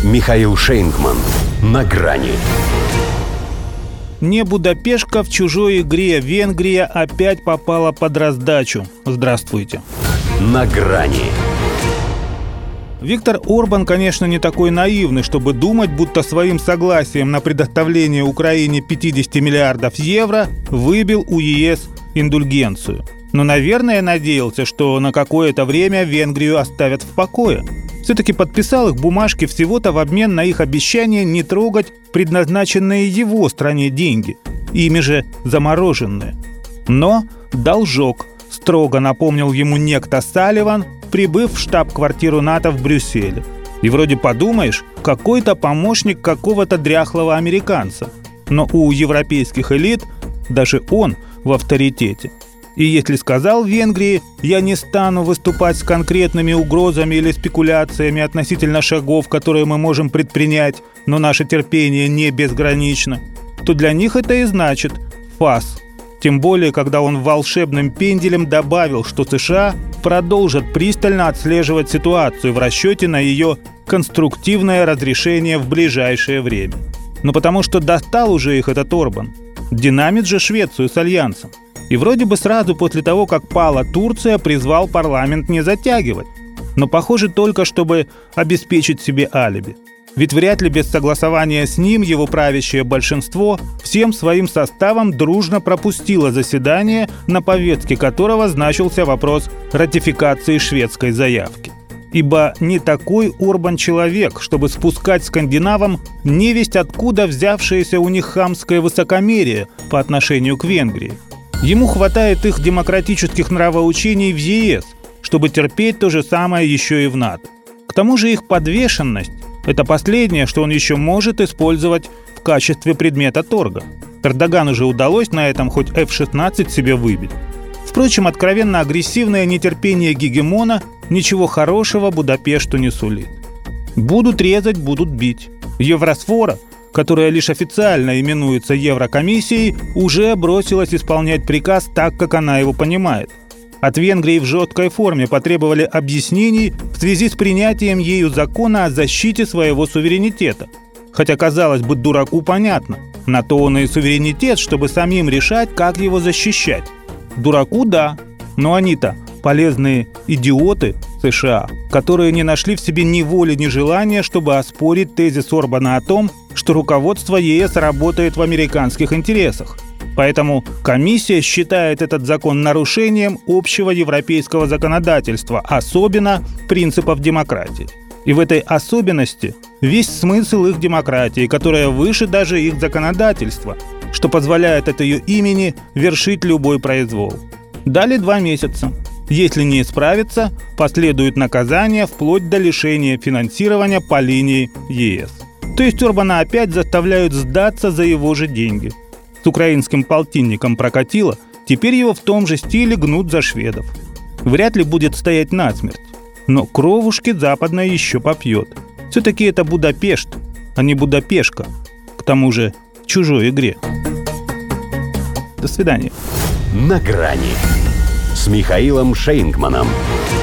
Михаил Шейнгман. На грани. Не Будапешка, в чужой игре Венгрия опять попала под раздачу. Здравствуйте. На грани. Виктор Орбан, конечно, не такой наивный, чтобы думать, будто своим согласием на предоставление Украине 50 миллиардов евро выбил у ЕС индульгенцию. Но, наверное, надеялся, что на какое-то время Венгрию оставят в покое. Все-таки подписал их бумажки всего-то в обмен на их обещание не трогать предназначенные его стране деньги, ими же замороженные. Но должок, строго напомнил ему некто Салливан, прибыв в штаб-квартиру НАТО в Брюсселе. И вроде подумаешь, какой-то помощник какого-то дряхлого американца. Но у европейских элит даже он в авторитете. И если сказал Венгрии: «Я не стану выступать с конкретными угрозами или спекуляциями относительно шагов, которые мы можем предпринять, но наше терпение не безгранично», то для них это и значит фас. Тем более, когда он волшебным пенделем добавил, что США продолжат пристально отслеживать ситуацию в расчете на ее конструктивное разрешение в ближайшее время. Но потому что достал уже их этот Орбан. Динамит же Швецию с альянсом. И вроде бы сразу после того, как пала Турция, призвал парламент не затягивать. Но, похоже, только чтобы обеспечить себе алиби. Ведь вряд ли без согласования с ним его правящее большинство всем своим составом дружно пропустило заседание, на повестке которого значился вопрос ратификации шведской заявки. Ибо не такой Орбан человек, чтобы спускать скандинавам невесть откуда взявшееся у них хамское высокомерие по отношению к Венгрии. Ему хватает их демократических нравоучений в ЕС, чтобы терпеть то же самое еще и в НАТО. К тому же их подвешенность – это последнее, что он еще может использовать в качестве предмета торга. Эрдогану же удалось на этом хоть F-16 себе выбить. Впрочем, откровенно агрессивное нетерпение гегемона ничего хорошего Будапешту не сулит. Будут резать, будут бить. Евросфора, которая лишь официально именуется Еврокомиссией, уже бросилась исполнять приказ так, как она его понимает. От Венгрии в жесткой форме потребовали объяснений в связи с принятием ею закона о защите своего суверенитета. Хотя, казалось бы, дураку понятно. На то он и суверенитет, чтобы самим решать, как его защищать. Дураку – да, но они-то полезные идиоты США, которые не нашли в себе ни воли, ни желания, чтобы оспорить тезис Орбана о том, что руководство ЕС работает в американских интересах. Поэтому комиссия считает этот закон нарушением общего европейского законодательства, особенно принципов демократии. И в этой особенности весь смысл их демократии, которая выше даже их законодательства, что позволяет от ее имени вершить любой произвол. Дали 2 месяца. Если не исправится, последует наказание вплоть до лишения финансирования по линии ЕС. То есть Орбана опять заставляют сдаться за его же деньги. С украинским полтинником прокатило, теперь его в том же стиле гнут за шведов. Вряд ли будет стоять насмерть, но кровушки западной еще попьет. Все-таки это Будапешт, а не Будапешка, к тому же в чужой игре. До свидания. На грани с Михаилом Шейнгманом.